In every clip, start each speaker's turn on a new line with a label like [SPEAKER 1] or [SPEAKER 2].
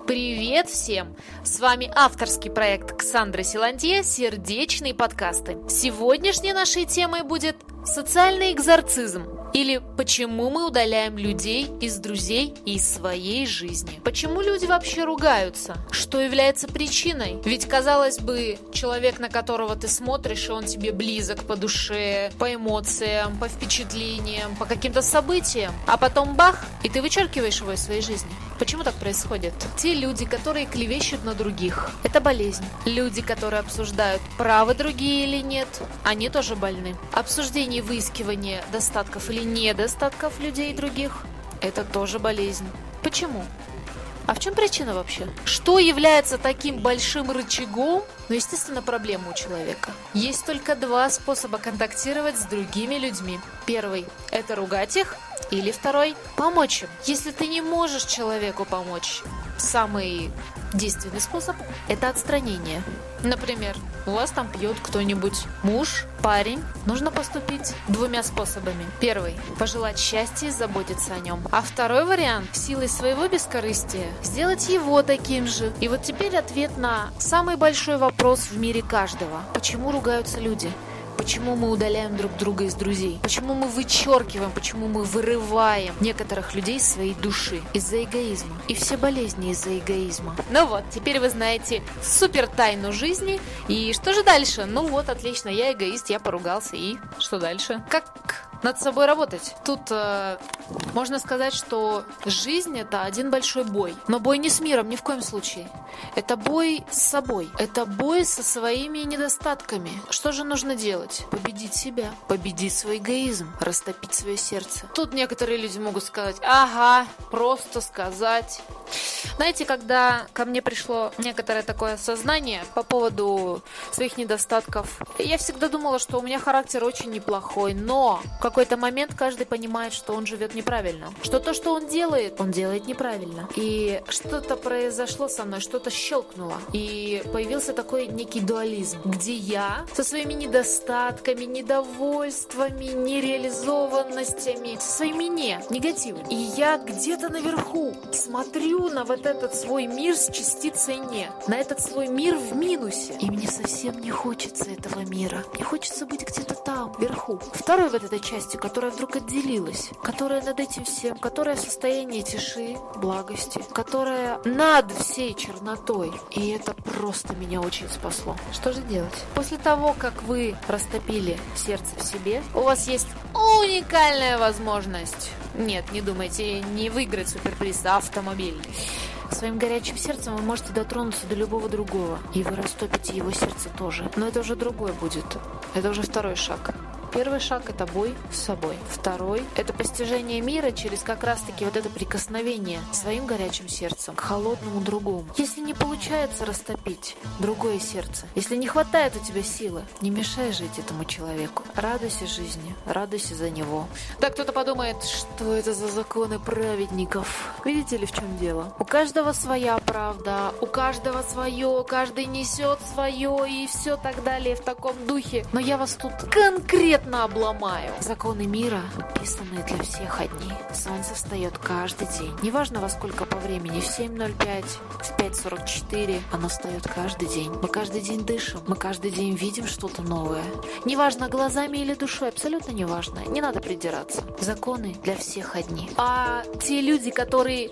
[SPEAKER 1] Привет всем! С вами авторский проект Ксандры Силантье «Сердечные подкасты». Сегодняшней нашей темой будет социальный экзорцизм, или почему мы удаляем людей из друзей и из своей жизни. Почему люди вообще ругаются? Что является причиной? Ведь, казалось бы, человек, на которого ты смотришь, и он тебе близок по душе, по эмоциям, по впечатлениям, по каким-то событиям, а потом бах, и ты вычеркиваешь его из своей жизни. Почему так происходит? Те люди, которые клевещут на других, это болезнь. Люди, которые обсуждают, правы другие или нет, они тоже больны. Обсуждение и выискивание достатков или недостатков людей других – это тоже болезнь. Почему? А в чем причина вообще? Что является таким большим рычагом? Ну, естественно, проблема у человека. Есть только два способа контактировать с другими людьми. Первый – это ругать их, или второй – помочь им. Если ты не можешь человеку помочь, самый действенный способ – это отстранение. Например, у вас там пьет кто-нибудь, муж, парень. Нужно поступить двумя способами. Первый – пожелать счастья и заботиться о нем. А второй вариант – силой своего бескорыстия сделать его таким же. И вот теперь ответ на самый большой вопрос в мире каждого. Почему ругаются люди? Почему мы удаляем друг друга из друзей? Почему мы вычеркиваем, почему мы вырываем некоторых людей из своей души? Из-за эгоизма. И все болезни из-за эгоизма. Ну вот, теперь вы знаете супер тайну жизни. И что же дальше? Ну вот, отлично, я эгоист, я поругался. И что дальше? Как над собой работать? Тут можно сказать, что жизнь – это один большой бой. Но бой не с миром, ни в коем случае. Это бой с собой. Это бой со своими недостатками. Что же нужно делать? Победить себя, победить свой эгоизм, растопить свое сердце. Тут некоторые люди могут сказать: ага, просто сказать. Знаете, когда ко мне пришло некоторое такое осознание по поводу своих недостатков, я всегда думала, что у меня характер очень неплохой, но в какой-то момент каждый понимает, что он живет неправильно, что то, что он делает неправильно. И что-то произошло со мной, что-то щелкнуло, и появился такой некий дуализм, где я со своими недостатками, недовольствами, нереализованностями, со своими негативами. И я где-то наверху смотрю на вот этот свой мир с частицей «не», на этот свой мир в минусе. И мне совсем не хочется этого мира. Мне хочется быть где-то там, вверху. Второй вот этой частью, которая вдруг отделилась, которая над этим всем, которая в состоянии тиши, благости, которая над всей чернотой. И это просто меня очень спасло. Что же делать? После того, как вы растопили сердце в себе, у вас есть уникальная возможность. Нет, не думайте, не выиграть суперприз, а автомобиль. Своим горячим сердцем вы можете дотронуться до любого другого, и вы растопите его сердце тоже. Но это уже другой будет. Это уже второй шаг. Первый шаг – это бой с собой. Второй – это постижение мира через как раз-таки вот это прикосновение своим горячим сердцем к холодному другому. Если не получается растопить другое сердце, если не хватает у тебя силы, не мешай жить этому человеку. Радуйся жизни, радуйся за него. Так кто-то подумает, что это за законы праведников. Видите ли, в чем дело? У каждого своя правда, у каждого свое, каждый несет свое и все так далее в таком духе. Но я вас тут конкретно обломаю. Законы мира писаны для всех одни. Солнце встает каждый день. Неважно во сколько по времени, в 7:05, в 5:44, оно встает каждый день. Мы каждый день дышим, мы каждый день видим что-то новое. Неважно, глазами или душой, абсолютно неважно. Не надо придираться. Законы для всех одни. А те люди, которые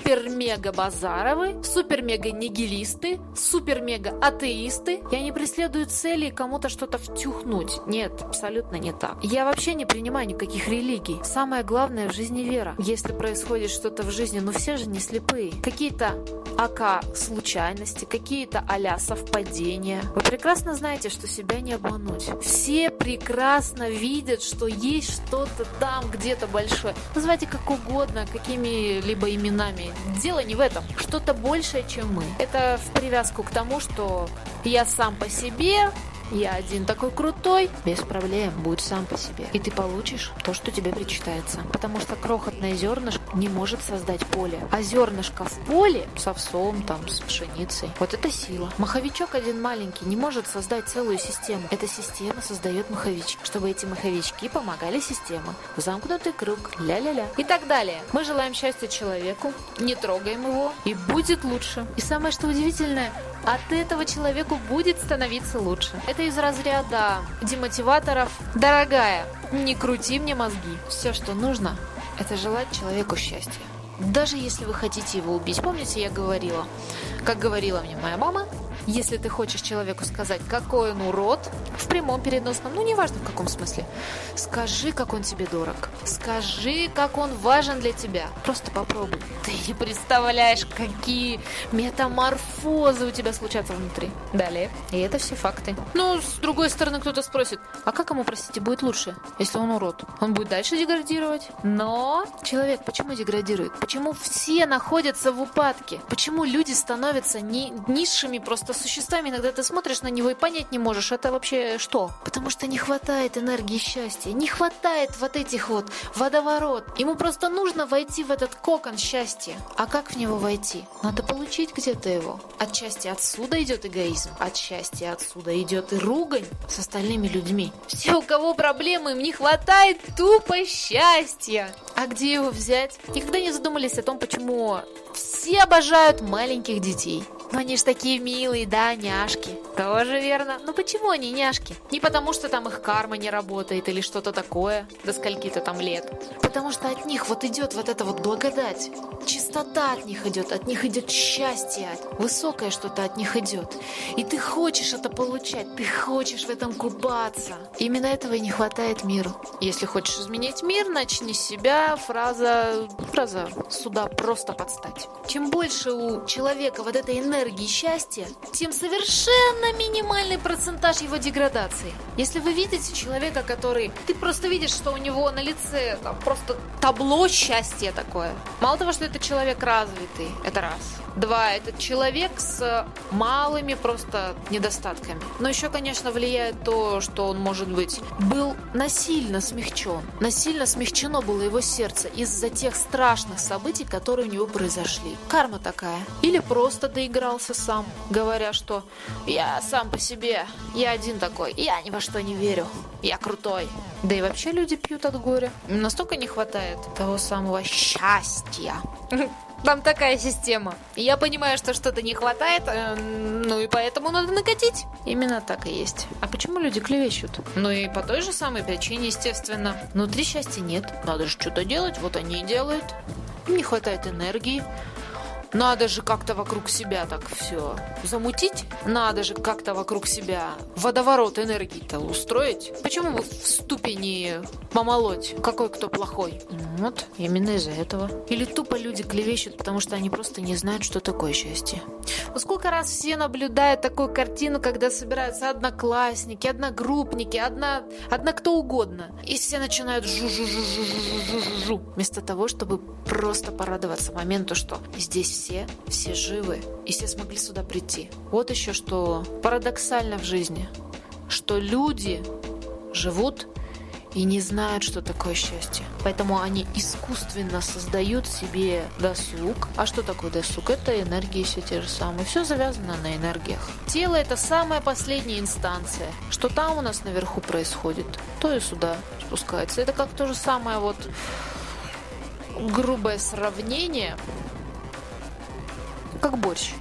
[SPEAKER 1] супер-мега-базаровы, супер-мега-нигилисты, супер-мега-атеисты, и они преследуют цели кому-то что-то втюхнуть. Нет, абсолютно не так. Я вообще не принимаю никаких религий. Самое главное в жизни вера. Если происходит что-то в жизни, ну все же не слепые. Какие-то случайности, какие-то совпадения. Вы прекрасно знаете, что себя не обмануть. Все прекрасно видят, что есть что-то там где-то большое. Называйте как угодно, какими-либо именами. Дело не в этом. Что-то большее, чем мы. Это в привязку к тому, что я сам по себе, я один такой крутой, без проблем, будь сам по себе. И ты получишь то, что тебе причитается. Потому что крохотное зернышко не может создать поле. А зернышко в поле с овсом, там, с пшеницей, вот это сила. Маховичок один маленький не может создать целую систему. Эта система создает маховички, чтобы эти маховички помогали системе. Замкнутый круг, ля-ля-ля. И так далее. Мы желаем счастья человеку, не трогаем его, и будет лучше. И самое, что удивительное, от этого человеку будет становиться лучше. Это из разряда демотиваторов. Дорогая, не крути мне мозги. Все, что нужно, это желать человеку счастья. Даже если вы хотите его убить. Помните, я говорила, как говорила мне моя мама, если ты хочешь человеку сказать, какой он урод, в прямом, переносном, неважно в каком смысле, скажи, как он тебе дорог. Скажи, как он важен для тебя. Просто попробуй. Ты не представляешь, какие метаморфозы у тебя случатся внутри. Далее. И это все факты. С другой стороны, кто-то спросит, а как ему, простите, будет лучше, если он урод? Он будет дальше деградировать? Но человек почему деградирует? Почему все находятся в упадке? Почему люди становятся низшими просто существами? Иногда ты смотришь на него и понять не можешь, это вообще что? Потому что не хватает энергии счастья, не хватает вот этих вот водоворот. Ему просто нужно войти в этот кокон счастья. А как в него войти? Надо получить где-то его. Отчасти отсюда идет эгоизм, отчасти отсюда идет и ругань с остальными людьми. Все, у кого проблемы, им не хватает тупо счастья. А где его взять? Никогда не задумались о том, почему все обожают маленьких детей. Они ж такие милые, да, няшки. Тоже верно. Но почему они няшки? Не потому, что там их карма не работает или что-то такое, до скольки-то там лет. Потому что от них вот идет вот эта вот благодать. Чистота от них идет счастье. Высокое что-то от них идет. И ты хочешь это получать, ты хочешь в этом купаться. Именно этого и не хватает миру. Если хочешь изменить мир, начни с себя. Фраза сюда просто подстать. Чем больше у человека вот этой энергии счастья, тем совершенно минимальный процентаж его деградации. Если вы видите человека, который... Ты просто видишь, что у него на лице там просто табло счастья такое. Мало того, что это человек развитый, это раз. Два, этот человек с малыми просто недостатками. Но еще, конечно, влияет то, что он, может быть, был насильно смягчен. Насильно смягчено было его сердце из-за тех страшных событий, которые у него произошли. Карма такая. Или просто доигрался сам, говоря, что я сам по себе, я один такой, я ни во что не верю, я крутой. Да и вообще люди пьют от горя. Им настолько не хватает того самого счастья. Там такая система. Я понимаю, что что-то не хватает, и поэтому надо накатить. Именно так и есть. А почему люди клевещут? И по той же самой причине, естественно. Внутри счастья нет. Надо же что-то делать, вот они и делают. Им не хватает энергии. Надо же как-то вокруг себя так все замутить. Надо же как-то вокруг себя водоворот энергии-то устроить. Почему бы в ступени помолоть? Какой кто плохой? Вот, именно из-за этого. Или тупо люди клевещут, потому что они просто не знают, что такое счастье. Сколько раз все наблюдают такую картину, когда собираются одноклассники, одногруппники, одна кто угодно. И все начинают жу-жу-жу-жу-жу-жу-жу. Вместо того, чтобы просто порадоваться моменту, что здесь все живы, и все смогли сюда прийти. Вот еще что парадоксально в жизни, что люди живут и не знают, что такое счастье. Поэтому они искусственно создают себе досуг. А что такое досуг? Это энергии все те же самые. Все завязано на энергиях. Тело — это самая последняя инстанция. Что там у нас наверху происходит, то и сюда спускается. Это как то же самое грубое сравнение, как борщ.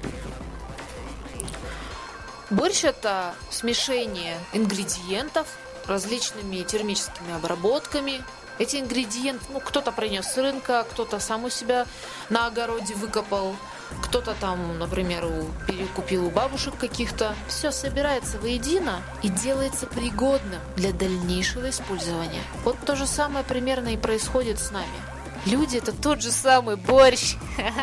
[SPEAKER 1] Борщ — это смешение ингредиентов различными термическими обработками. Эти ингредиенты, кто-то принес с рынка, кто-то сам у себя на огороде выкопал, кто-то там, например, перекупил у бабушек каких-то. Все собирается воедино и делается пригодным для дальнейшего использования. Вот то же самое примерно и происходит с нами. Люди — это тот же самый борщ.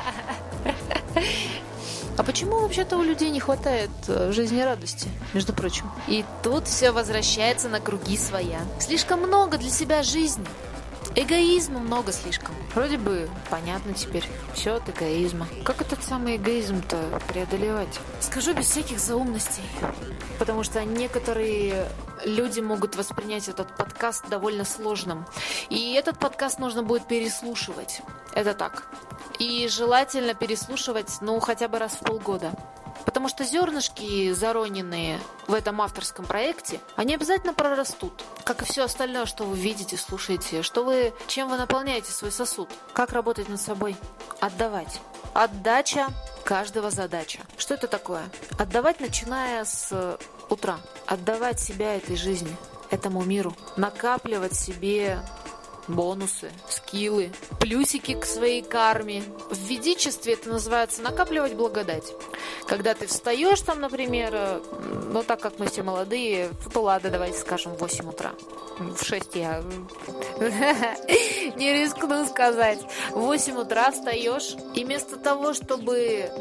[SPEAKER 1] А почему вообще-то у людей не хватает жизнерадости, между прочим? И тут все возвращается на круги своя. Слишком много для себя жизни. Эгоизма много слишком. Вроде бы понятно теперь. Все от эгоизма. Как этот самый эгоизм-то преодолевать? Скажу без всяких заумностей. Потому что некоторые люди могут воспринять этот подкаст довольно сложным. И этот подкаст нужно будет переслушивать. Это так. И желательно переслушивать, хотя бы раз в полгода. Потому что зернышки, зароненные в этом авторском проекте, они обязательно прорастут. Как и все остальное, что вы видите, слушаете, чем вы наполняете свой сосуд. Как работать над собой? Отдавать. Отдача каждого задача. Что это такое? Отдавать, начиная с утра. Отдавать себя этой жизни, этому миру. Накапливать себе бонусы, скиллы, плюсики к своей карме. В ведичестве это называется накапливать благодать. Когда ты встаешь там, например, так как мы все молодые, то ладно, давайте скажем, в 8 утра. В 6 я не рискну сказать. В 8 утра встаешь, и вместо того, чтобы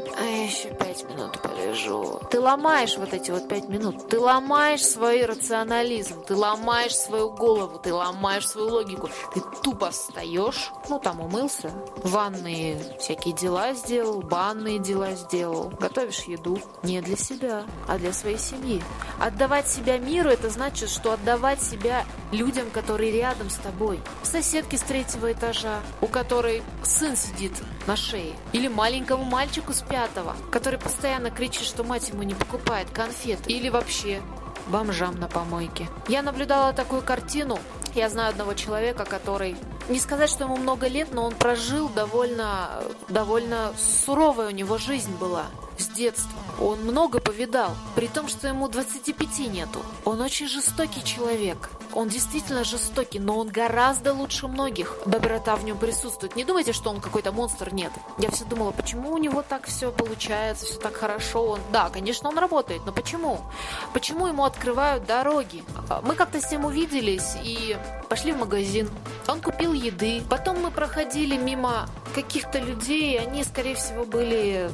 [SPEAKER 1] еще 5 минут полежу, ты ломаешь вот эти 5 минут. Ты ломаешь свой рационализм, ты ломаешь свою голову, ты ломаешь свою логику. Ты тупо встаешь, умылся, ванные всякие дела сделал, банные дела сделал, готовишь еду не для себя, а для своей семьи. Отдавать себя миру — это значит, что отдавать себя людям, которые рядом с тобой. Соседке с 3-го этажа, у которой сын сидит на шее, или маленькому мальчику с 5-го, который постоянно кричит, что мать ему не покупает конфет, или вообще бомжам на помойке. Я наблюдала такую картину. Я знаю одного человека, который, не сказать, что ему много лет, но он прожил довольно суровая у него жизнь была с детства. Он много повидал, при том, что ему 25 нету. Он очень жестокий человек. Он действительно жестокий, но он гораздо лучше многих. Доброта в нем присутствует. Не думайте, что он какой-то монстр, нет. Я все думала, почему у него так все получается, все так хорошо. Да, конечно, он работает, но почему? Почему ему открывают дороги? Мы как-то с ним увиделись и пошли в магазин. Он купил еды. Потом мы проходили мимо каких-то людей, они, скорее всего, были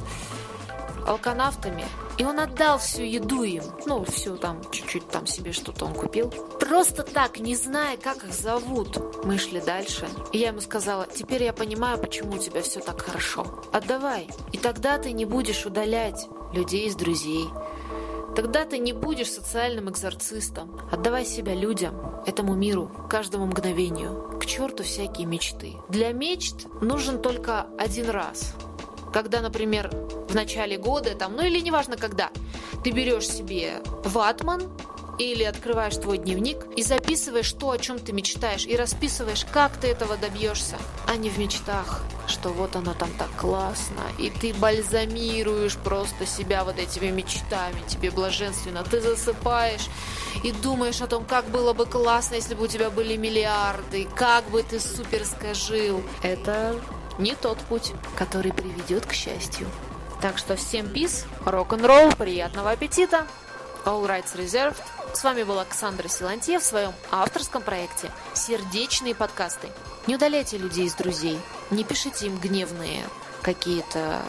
[SPEAKER 1] алканавтами. И он отдал всю еду им. Всю чуть-чуть там себе что-то он купил. Просто так, не зная, как их зовут. Мы шли дальше. И я ему сказала: теперь я понимаю, почему у тебя все так хорошо. Отдавай. И тогда ты не будешь удалять людей из друзей. Тогда ты не будешь социальным экзорцистом. Отдавай себя людям, этому миру, каждому мгновению. К черту всякие мечты. Для мечт нужен только один раз. Когда, например, в начале года, или неважно когда, ты берешь себе ватман или открываешь твой дневник и записываешь то, о чем ты мечтаешь, и расписываешь, как ты этого добьешься, а не в мечтах, что вот оно там так классно, и ты бальзамируешь просто себя этими мечтами, тебе блаженственно, ты засыпаешь и думаешь о том, как было бы классно, если бы у тебя были миллиарды, как бы ты суперско жил. Это не тот путь, который приведет к счастью. Так что всем peace, рок-н-ролл, приятного аппетита, all rights reserved. С вами была Ксандра Силантье в своем авторском проекте «Сердечные подкасты». Не удаляйте людей из друзей, не пишите им гневные какие-то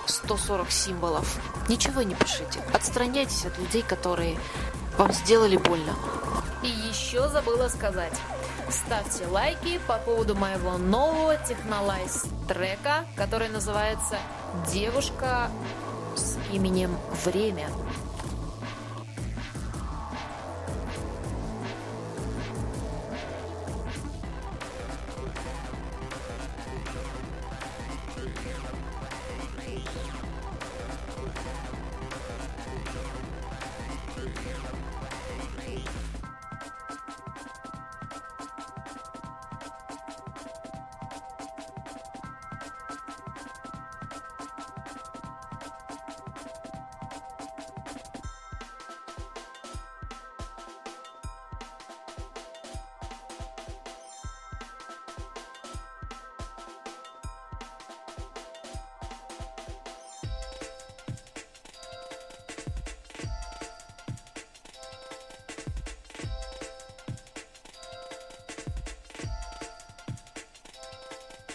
[SPEAKER 1] 140 символов. Ничего не пишите. Отстраняйтесь от людей, которые вам сделали больно. И еще забыла сказать. Ставьте лайки по поводу моего нового технолайз трека, который называется «Девушка с именем Время».